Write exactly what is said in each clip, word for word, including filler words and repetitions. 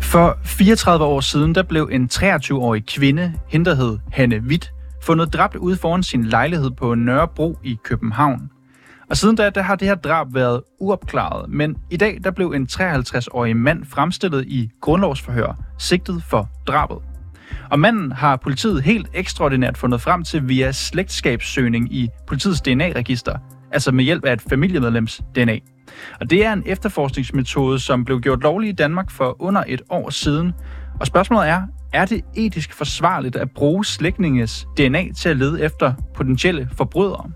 For fireogtredive år siden, der blev en treogtyve-årig kvinde, hende der hed Hanne Hvidt, fundet dræbt ude foran sin lejlighed på Nørrebro i København. Og siden da, der har det her drab været uopklaret, men i dag, der blev en treoghalvtreds-årig mand fremstillet i grundlovsforhør, sigtet for drabet. Og manden har politiet helt ekstraordinært fundet frem til via slægtskabssøgning i politiets D N A-register, altså med hjælp af et familiemedlems D N A. Og det er en efterforskningsmetode, som blev gjort lovlig i Danmark for under et år siden. Og spørgsmålet er, er det etisk forsvarligt at bruge slægtninges D N A til at lede efter potentielle forbrydere?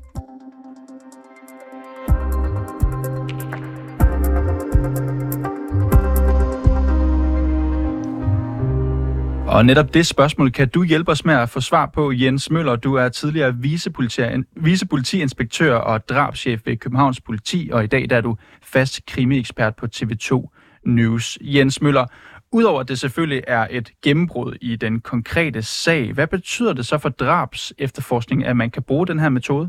Og netop det spørgsmål kan du hjælpe os med at få svar på, Jens Møller. Du er tidligere vicepoliti- vicepolitiinspektør og drabschef ved Københavns Politi, og i dag der er du fast krimiekspert på T V to News. Jens Møller, udover at det selvfølgelig er et gennembrud i den konkrete sag, hvad betyder det så for drabs efterforskning, at man kan bruge den her metode?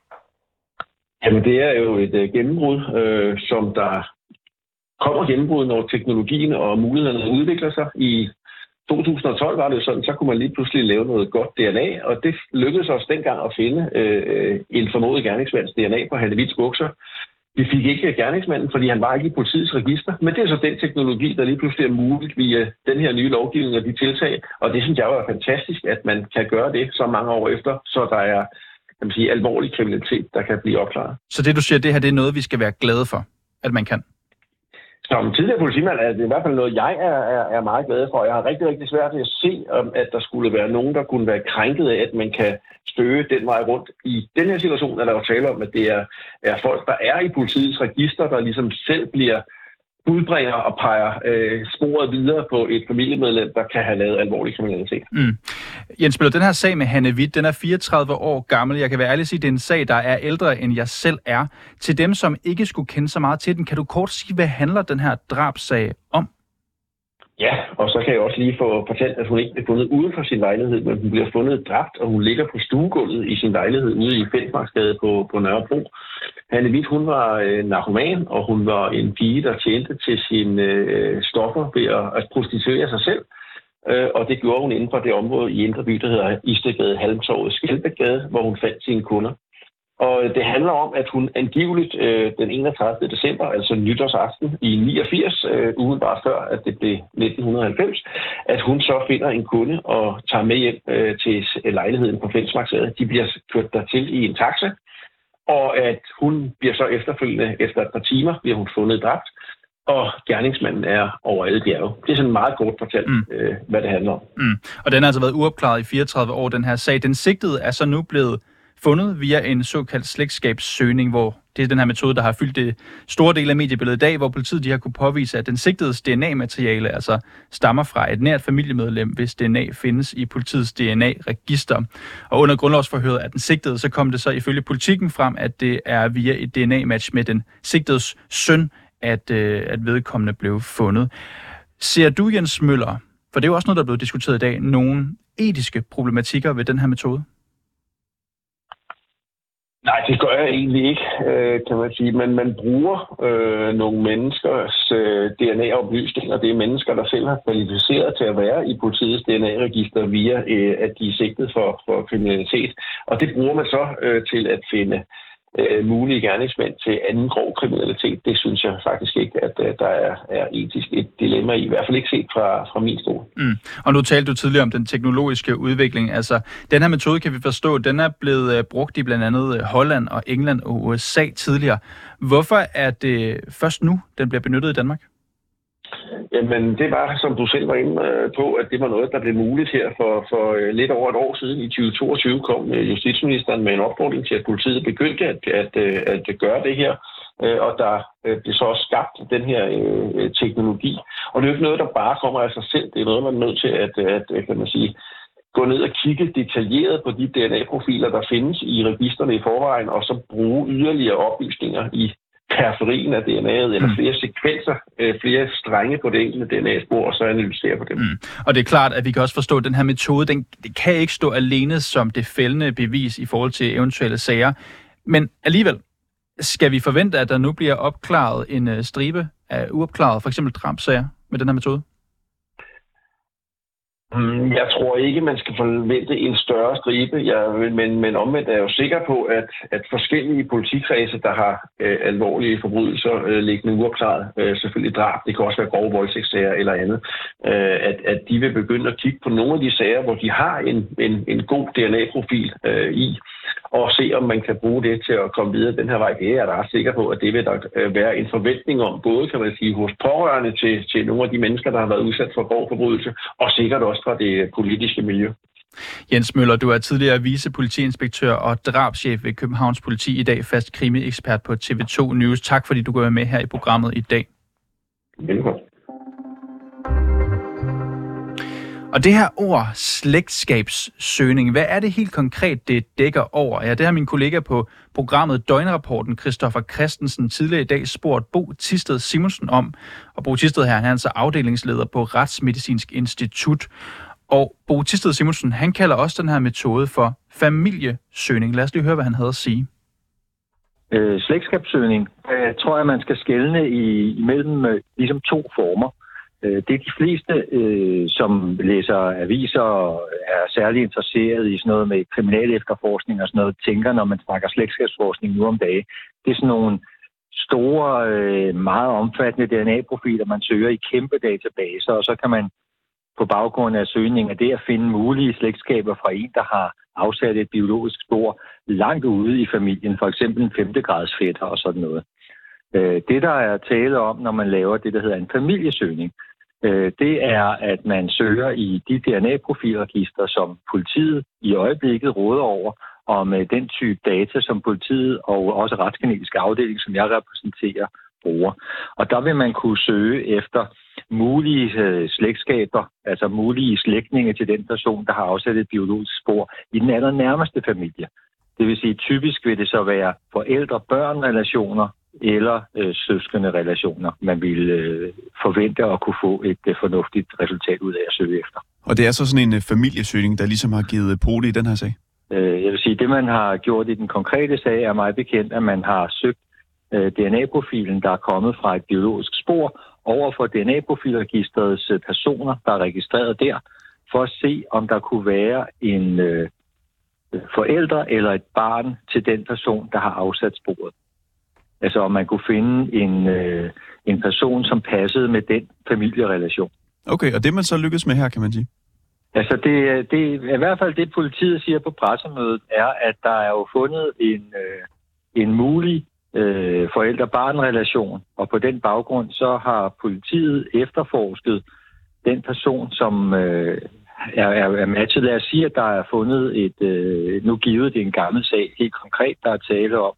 Jamen det er jo et uh, gennembrud, øh, som der kommer gennembrud, når teknologien og mulighederne udvikler sig. I to tusind og tolv var det jo sådan, så kunne man lige pludselig lave noget godt D N A, og det lykkedes os dengang at finde øh, en formodet gerningsmands D N A på Hanne Hvidts bukser. Vi fik ikke gerningsmanden, fordi han var ikke i politiets register, men det er så den teknologi, der lige pludselig er muligt via den her nye lovgivning og de tiltag, og det synes jeg jo er fantastisk, at man kan gøre det så mange år efter, så der er kan man sige, alvorlig kriminalitet, der kan blive opklaret. Så det du siger, det her det er noget, vi skal være glade for, at man kan? Som tidligere politimand er det i hvert fald noget, jeg er, er, er meget glad for. Jeg har rigtig, rigtig svært ved at se, at der skulle være nogen, der kunne være krænket af, at man kan støge den vej rundt. I den her situation er der jo tale om, at det er, er folk, der er i politiets register, der ligesom selv bliver udbringer og peger øh, sporet videre på et familiemedlem, der kan have lavet alvorlig kriminalitet. Mm. Jens Møller, den her sag med Hanne Hvidt, den er fireogtredive år gammel. Jeg kan være ærlig at sige, at det er en sag, der er ældre, end jeg selv er. Til dem, som ikke skulle kende så meget til den, kan du kort sige, hvad handler den her drabsag om? Ja, og så kan jeg også lige få fortalt, at hun ikke bliver fundet uden for sin lejlighed, men hun bliver fundet dræbt, og hun ligger på stuegulvet i sin lejlighed ude i Fensmarksgade på, på Nørrebro. Hanne Hvidt, hun var øh, narkoman, og hun var en pige, der tjente til sine øh, stoffer ved at, at prostituere sig selv. Øh, og det gjorde hun inden for det område i Indre By, der hedder Istedgade, Halmtorvet, Skelbækgade, hvor hun fandt sine kunder. Og det handler om, at hun angiveligt øh, den enogtredivte december, altså nytårsaften i niogfirs, øh, umiddelbart før, at det blev nitten halvfems, at hun så finder en kunde og tager med hjem øh, til lejligheden på Fensmarksgade. De bliver kørt dertil i en taxa, og at hun bliver så efterfølgende, efter et par timer, bliver hun fundet dræbt, og gerningsmanden er over alle bjerge. Det er sådan meget kort fortalt, mm. øh, hvad det handler om. Mm. Og den har altså været uopklaret i fireogtredive år, den her sag. Den sigtede er så nu blevet fundet via en såkaldt slægtskabssøgning, hvor det er den her metode, der har fyldt det store del af mediebilledet i dag, hvor politiet de har kunne påvise, at den sigtedes D N A-materiale altså stammer fra et nært familiemedlem, hvis D N A findes i politiets D N A-register. Og under grundlovsforhøret af den sigtede, så kom det så ifølge Politikken frem, at det er via et D N A-match med den sigtedes søn, at, øh, at vedkommende blev fundet. Ser du, Jens Møller, for det er jo også noget, der er blevet diskuteret i dag, nogle etiske problematikker ved den her metode? Nej, det gør jeg egentlig ikke, kan man sige. Men man bruger øh, nogle menneskers øh, D N A-oplysninger. Det er mennesker, der selv har kvalificeret til at være i politiets D N A-register via, øh, at de er sigtet for, for kriminalitet. Og det bruger man så øh, til at finde øh, mulige gerningsmænd til anden grov kriminalitet. Det synes jeg faktisk ikke, at øh, der er, er etisk et dilemma i. I hvert fald ikke set fra, fra min stol. Mm. Og nu talte du tidligere om den teknologiske udvikling. Altså, den her metode, kan vi forstå, den er blevet uh, brugt i blandt andet Holland og England og U S A tidligere. Hvorfor er det først nu, den bliver benyttet i Danmark? Jamen, det var, som du selv var inde på, at det var noget, der blev muligt her for, for lidt over et år siden. I tyve toogtyve kom justitsministeren med en opfordring til, at politiet begyndte at, at, at gøre det her. Og der blev så også skabt den her øh, teknologi. Og det er jo ikke noget, der bare kommer af sig selv. Det er noget, man er nødt til at, at kan man sige, gå ned og kigge detaljeret på de D N A-profiler, der findes i registrene i forvejen, og så bruge yderligere oplysninger i periferien af D N A'et, eller flere sekvenser, flere strenge på det enkelte D N A-spor, og så analysere på dem. Mm. Og det er klart, at vi kan også forstå, at den her metode, den det kan ikke stå alene som det fældende bevis i forhold til eventuelle sager. Men alligevel, skal vi forvente, at der nu bliver opklaret en stribe af uopklarede, for eksempel drabsager med den her metode? Jeg tror ikke, man skal forvente en større stribe, jeg, men, men omvendt er jeg jo sikker på, at, at forskellige politikredse, der har øh, alvorlige forbrydelser øh, liggende uopklaret, øh, selvfølgelig drab, det kan også være grove voldtægtssager eller andet, øh, at, at de vil begynde at kigge på nogle af de sager, hvor de har en, en, en god D N A-profil øh, i, og se, om man kan bruge det til at komme videre den her vej. Det er jeg da ret sikker på, at det vil der være en forventning om, både kan man sige hos pårørende til, til nogle af de mennesker, der har været udsat for grov forbrydelse, og sikkert også fra det politiske miljø. Jens Møller, du er tidligere vicepolitiinspektør og drabschef ved Københavns Politi, i dag fast krimi-ekspert på T V to News. Tak fordi du går med her i programmet i dag. Velkommen. Og det her ord, slægtskabssøgning, hvad er det helt konkret, det dækker over? Ja, det har min kollega på programmet Døgnrapporten, Christoffer Christensen, tidligere i dag spurgt Bo Thisted Simonsen om. Og Bo Thisted her, han er altså afdelingsleder på Retsmedicinsk Institut. Og Bo Thisted Simonsen, han kalder også den her metode for familiesøgning. Lad os lige høre, hvad han havde at sige. Øh, slægtskabssøgning, øh, tror jeg, man skal skelne i, imellem øh, ligesom to former. Det er de fleste, øh, som læser aviser og er særlig interesseret i sådan noget med kriminal efterforskning og sådan noget, tænker, når man snakker slægtskabsforskning nu om dagen. Det er sådan nogle store, øh, meget omfattende D N A-profiler, man søger i kæmpe databaser, og så kan man på baggrund af søgningen af det at finde mulige slægtskaber fra en, der har afsat et biologisk spor langt ude i familien, for eksempel en femte grads fætter og sådan noget. Det, der er tale om, når man laver det, der hedder en familiesøgning, det er, at man søger i de D N A-profilregister, som politiet i øjeblikket råder over, og med den type data, som politiet og også retsgenetiske afdeling, som jeg repræsenterer, bruger. Og der vil man kunne søge efter mulige slægtskaber, altså mulige slægtninge til den person, der har afsat et biologisk spor i den allernærmeste familie. Det vil sige, typisk vil det så være forældre-børn-relationer, eller øh, søskende relationer, man vil øh, forvente at kunne få et øh, fornuftigt resultat ud af at søge efter. Og det er så sådan en øh, familiesøgning, der ligesom har givet pote i den her sag? Øh, jeg vil sige, det man har gjort i den konkrete sag er meget bekendt, at man har søgt øh, D N A-profilen, der er kommet fra et biologisk spor, over for D N A-profilregisterets øh, personer, der er registreret der, for at se, om der kunne være en øh, forælder eller et barn til den person, der har afsat sporet. Altså om man kunne finde en, øh, en person, som passede med den familierelation. Okay, og det man så lykkes med her, kan man sige? Altså det, det i hvert fald det, politiet siger på pressemødet, er, at der er jo fundet en, øh, en mulig øh, forældre-barn-relation, og på den baggrund så har politiet efterforsket den person, som øh, er, er, er matchet. Lad os sige, at der er fundet et, øh, nu givet det en gammel sag, helt konkret, der er tale om,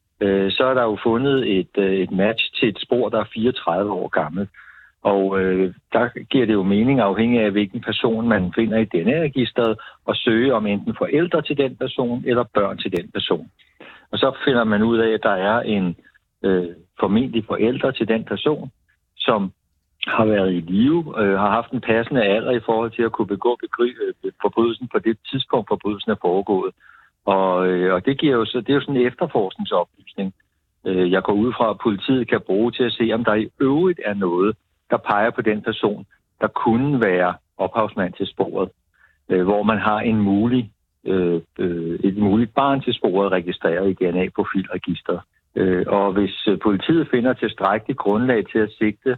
så er der jo fundet et, et match til et spor, der er fireogtredive år gammelt. Og øh, der giver det jo mening afhængig af, hvilken person man finder i D N A-registeret, og søge om enten forældre til den person, eller børn til den person. Og så finder man ud af, at der er en øh, formentlig forældre til den person, som har været i live, øh, har haft en passende alder i forhold til at kunne begå begry- forbrydelsen på det tidspunkt, forbrydelsen er foregået. Og, øh, og det giver jo så, det er jo sådan en efterforskningsoplysning, øh, jeg går ud fra, at politiet kan bruge til at se, om der i øvrigt er noget, der peger på den person, der kunne være ophavsmand til sporet, øh, hvor man har en mulig, øh, øh, et muligt barn til sporet registreret i D N A-profilregisteret. Øh, og hvis øh, politiet finder tilstrækkeligt grundlag til at sigte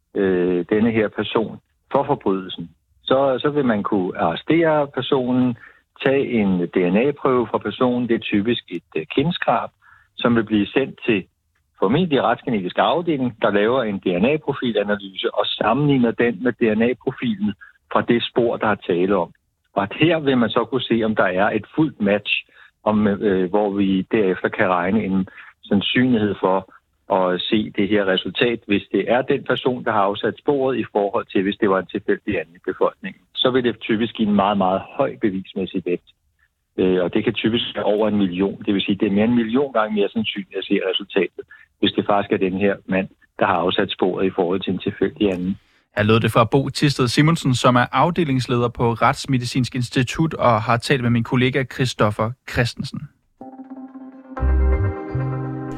øh, denne her person for forbrydelsen, så, så vil man kunne arrestere personen, tage en D N A-prøve fra personen, det er typisk et uh, kindskrab, som vil blive sendt til formentlig retsgenetisk afdeling, der laver en D N A-profilanalyse og sammenligner den med D N A-profilen fra det spor, der er tale om. Og her vil man så kunne se, om der er et fuldt match, om, øh, hvor vi derefter kan regne en sandsynlighed for at se det her resultat, hvis det er den person, der har afsat sporet i forhold til, hvis det var en tilfældig anden i befolkningen. Så vil det typisk give en meget, meget høj bevismæssig vægt. Øh, og det kan typisk være over en million. Det vil sige, at det er mere end en million gange mere sandsynligt at se resultatet, hvis det faktisk er den her mand, der har afsat sporet i forhold til en tilfældig anden. Her lød det fra Bo Thisted Simonsen, som er afdelingsleder på Retsmedicinsk Institut og har talt med min kollega Christoffer Christensen.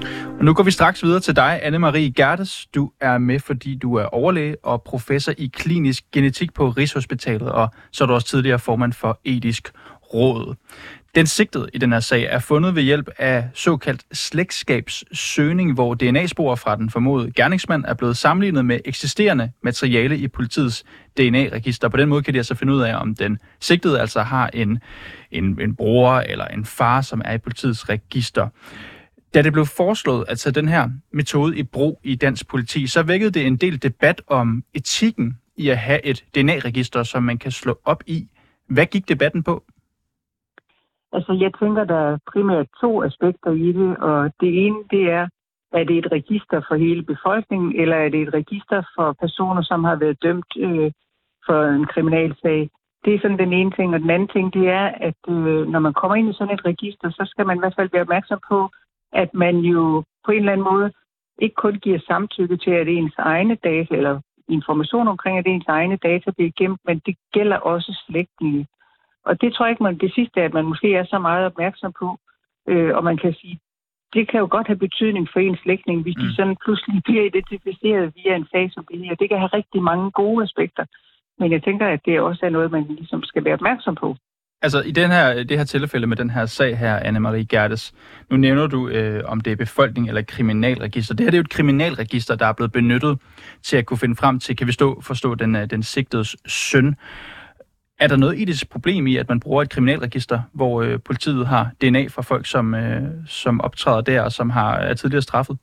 Og nu går vi straks videre til dig, Anne-Marie Gerdes. Du er med, fordi du er overlæge og professor i klinisk genetik på Rigshospitalet, og så er du også tidligere formand for Etisk Råd. Den sigtede i den her sag er fundet ved hjælp af såkaldt slægtskabssøgning, hvor D N A-spor fra den formodede gerningsmand er blevet sammenlignet med eksisterende materiale i politiets D N A-register. På den måde kan de altså finde ud af, om den sigtede altså har en, en, en bror eller en far, som er i politiets register. Da det blev foreslået at tage den her metode i brug i dansk politi, så vækkede det en del debat om etikken i at have et D N A-register, som man kan slå op i. Hvad gik debatten på? Altså, jeg tænker, der er primært to aspekter i det, og det ene, det er, er det et register for hele befolkningen, eller er det et register for personer, som har været dømt øh, for en kriminalsag? Det er sådan den ene ting, og den anden ting, det er, at øh, når man kommer ind i sådan et register, så skal man i hvert fald være opmærksom på, at man jo på en eller anden måde ikke kun giver samtykke til, at ens egne data, eller information omkring, at ens egne data bliver gemt, men det gælder også slægtninge. Og det tror jeg ikke, man det sidste er, at man måske er så meget opmærksom på. Øh, og man kan sige, det kan jo godt have betydning for ens slægtning, hvis mm. de sådan pludselig bliver identificeret via en sag som det her. Det kan have rigtig mange gode aspekter. Men jeg tænker, at det også er noget, man ligesom skal være opmærksom på. Altså i den her, det her tilfælde med den her sag her, Anne-Marie Gerdes, nu nævner du, øh, om det er befolkning eller kriminalregister. Det her det er jo et kriminalregister, der er blevet benyttet til at kunne finde frem til, kan vi stå, forstå den, den sigtedes søn. Er der noget etisk problem i, at man bruger et kriminalregister, hvor øh, politiet har D N A fra folk, som, øh, som optræder der, og som har, er tidligere straffet?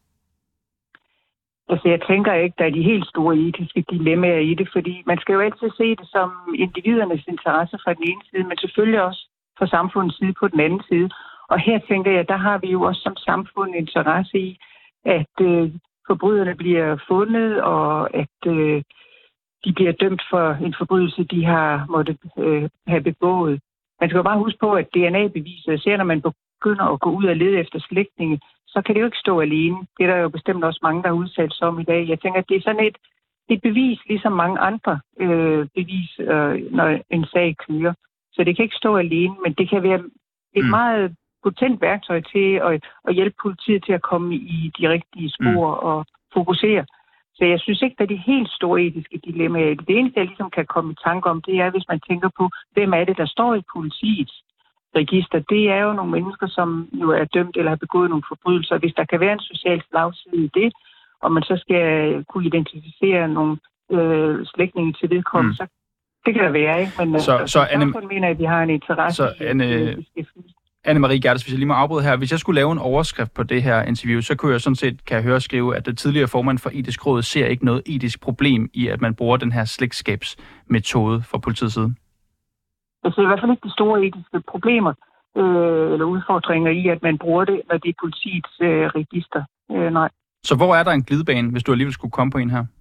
Altså, jeg tænker ikke, der er de helt store etiske dilemmaer i det, fordi man skal jo altid se det som individernes interesse fra den ene side, men selvfølgelig også fra samfundets side på den anden side. Og her tænker jeg, der har vi jo også som samfund interesse i, at øh, forbryderne bliver fundet, og at øh, de bliver dømt for en forbrydelse, de har måttet øh, have begået. Man skal jo bare huske på, at D N A-beviser, ser når man begynder at gå ud og lede efter slægtninge, så kan det jo ikke stå alene. Det er der jo bestemt også mange, der har udtalt sig om i dag. Jeg tænker, at det er sådan et, et bevis, ligesom mange andre øh, bevis, øh, når en sag kører. Så det kan ikke stå alene, men det kan være et mm. meget potent værktøj til at, at hjælpe politiet til at komme i de rigtige spor mm. og fokusere. Så jeg synes ikke, at det er de helt store etiske dilemmaer. Det eneste, jeg ligesom kan komme i tanke om, det er, hvis man tænker på, hvem er det, der står i politiets register. Det er jo nogle mennesker, som jo er dømt eller har begået nogle forbrydelser. Hvis der kan være en social slagside i det, og man så skal kunne identificere nogle øh, slægtninge til vedkommende, mm. så det kan der være, ikke? Men så, så Anne, mener jeg, at vi har en interesse så, i, Anne, at Anne-Marie Gerdes, hvis jeg lige må afbryde her. Hvis jeg skulle lave en overskrift på det her interview, så kunne jeg sådan set, kan jeg høre skrive, at det tidligere formand for Etisk Råd ser ikke noget etisk problem i, at man bruger den her slægtskabsmetode fra politiets side. Jeg ser i hvert fald ikke de store etiske problemer øh, eller udfordringer i, at man bruger det, når det er politiets øh, register. Øh, nej. Så hvor er der en glidebane, hvis du alligevel skulle komme på en her?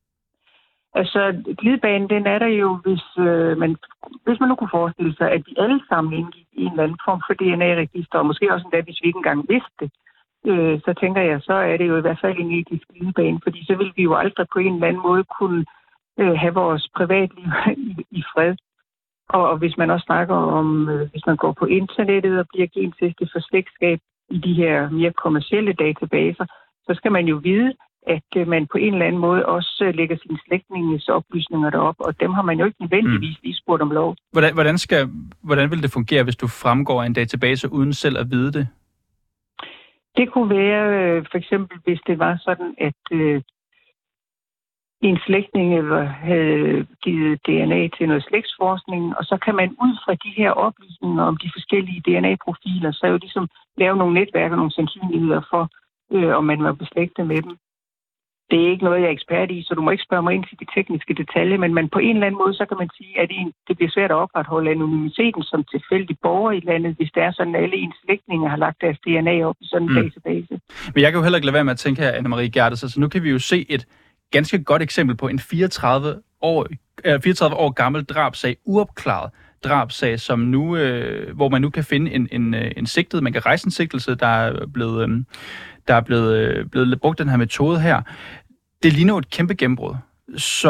Altså, glidebanen, den er der jo, hvis, øh, man, hvis man nu kunne forestille sig, at vi alle sammen indgik i en eller anden form for D N A-register, og måske også endda, hvis vi ikke engang vidste det, øh, så tænker jeg, så er det jo i hvert fald en etisk glidebane, fordi så vil vi jo aldrig på en eller anden måde kunne øh, have vores privatliv i, i fred. Og, og hvis man også snakker om, øh, hvis man går på internettet og bliver gentestet for slægtskab i de her mere kommercielle databaser, så skal man jo vide, at man på en eller anden måde også lægger sine slægtninges oplysninger derop, og dem har man jo ikke nødvendigvis lige spurgt om lov. Hvordan, hvordan, skal, hvordan vil det fungere, hvis du fremgår af en database uden selv at vide det? Det kunne være for eksempel, hvis det var sådan, at øh, en slægtning havde givet D N A til noget slægtsforskning, og så kan man ud fra de her oplysninger om de forskellige D N A-profiler, så jo ligesom lave nogle netværk og nogle sandsynligheder for, øh, om man var beslægtet med dem. Det er ikke noget, jeg er ekspert i, så du må ikke spørge mig ind til de tekniske detaljer, men man på en eller anden måde, så kan man sige, at det bliver svært at opretholde anonymiteten som tilfældig borger i landet, hvis det er sådan, at alle ens slægtninge har lagt deres D N A op i sådan en mm. database. Men jeg kan jo heller ikke lade være med at tænke her, Anne-Marie Gerdes, altså nu kan vi jo se et ganske godt eksempel på en fireogtredive år, øh, fireogtredive år gammel drabsag, uopklaret drabsag, som nu, øh, hvor man nu kan finde en, en, en sigtet, man kan rejse en sigtelse, der er blevet, øh, der er blevet, øh, blevet brugt den her metode her. Det ligner jo et kæmpe gennembrud. Så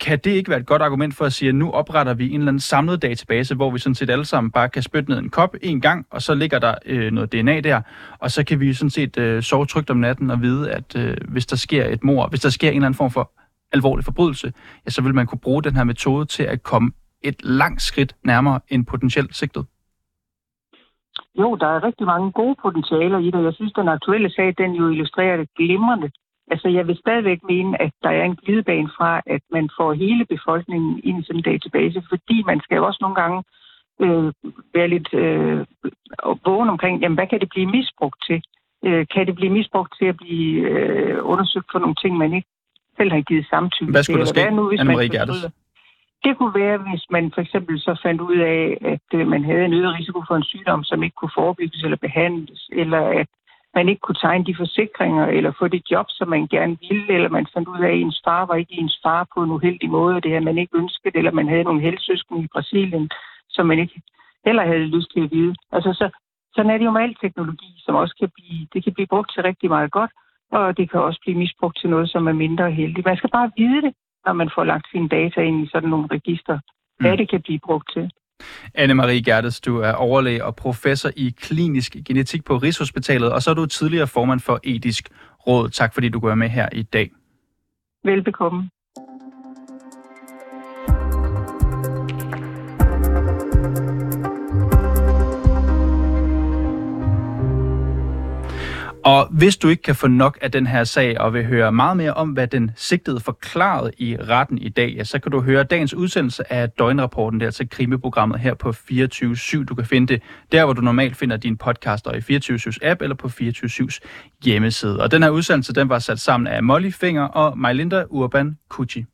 kan det ikke være et godt argument for at sige, at nu opretter vi en eller anden samlet database, hvor vi sådan set alle sammen bare kan spytte ned en kop en gang, og så ligger der øh, noget D N A der, og så kan vi sådan set øh, sove trygt om natten og vide, at øh, hvis der sker et mord, hvis der sker en eller anden form for alvorlig forbrydelse, ja, så vil man kunne bruge den her metode til at komme et langt skridt nærmere en potentielt sigtet. Jo, der er rigtig mange gode potentialer i det. Jeg synes, den aktuelle sag, den jo illustrerer det glimrende. Altså, jeg vil stadigvæk mene, at der er en glidebane fra, at man får hele befolkningen ind i sådan en database, fordi man skal jo også nogle gange øh, være lidt øh, vågen omkring, jamen, hvad kan det blive misbrugt til? Øh, kan det blive misbrugt til at blive øh, undersøgt for nogle ting, man ikke selv har givet samtykke til? Hvad skulle der ske, Anne-Marie Gerdes? Det kunne være, hvis man for eksempel så fandt ud af, at øh, man havde en øget risiko for en sygdom, som ikke kunne forebygges eller behandles, eller at man ikke kunne tegne de forsikringer, eller få det job, som man gerne ville, eller man fandt ud af, at ens far var ikke ens far på en uheldig måde, og det havde man ikke ønsket, eller man havde nogle heldsøskende i Brasilien, som man ikke heller havde lyst til at vide. Altså, så, sådan er det jo med al teknologi, som også kan blive, det kan blive brugt til rigtig meget godt, og det kan også blive misbrugt til noget, som er mindre heldigt. Man skal bare vide det, når man får lagt sine data ind i sådan nogle register, hvad mm. det kan blive brugt til. Anne-Marie Gerdes, du er overlæge og professor i klinisk genetik på Rigshospitalet, og så er du tidligere formand for Etisk Råd. Tak fordi du går med her i dag. Velbekomme. Og hvis du ikke kan få nok af den her sag og vil høre meget mere om, hvad den sigtede forklarede i retten i dag, ja, så kan du høre dagens udsendelse af døgnrapporten der til krimiprogrammet her på fireogtyve syv. Du kan finde det der, hvor du normalt finder dine podcaster i fireogtyve syvs app eller på fireogtyve syvs hjemmeside. Og den her udsendelse, den var sat sammen af Molly Finger og Majlinda Urban Kucci.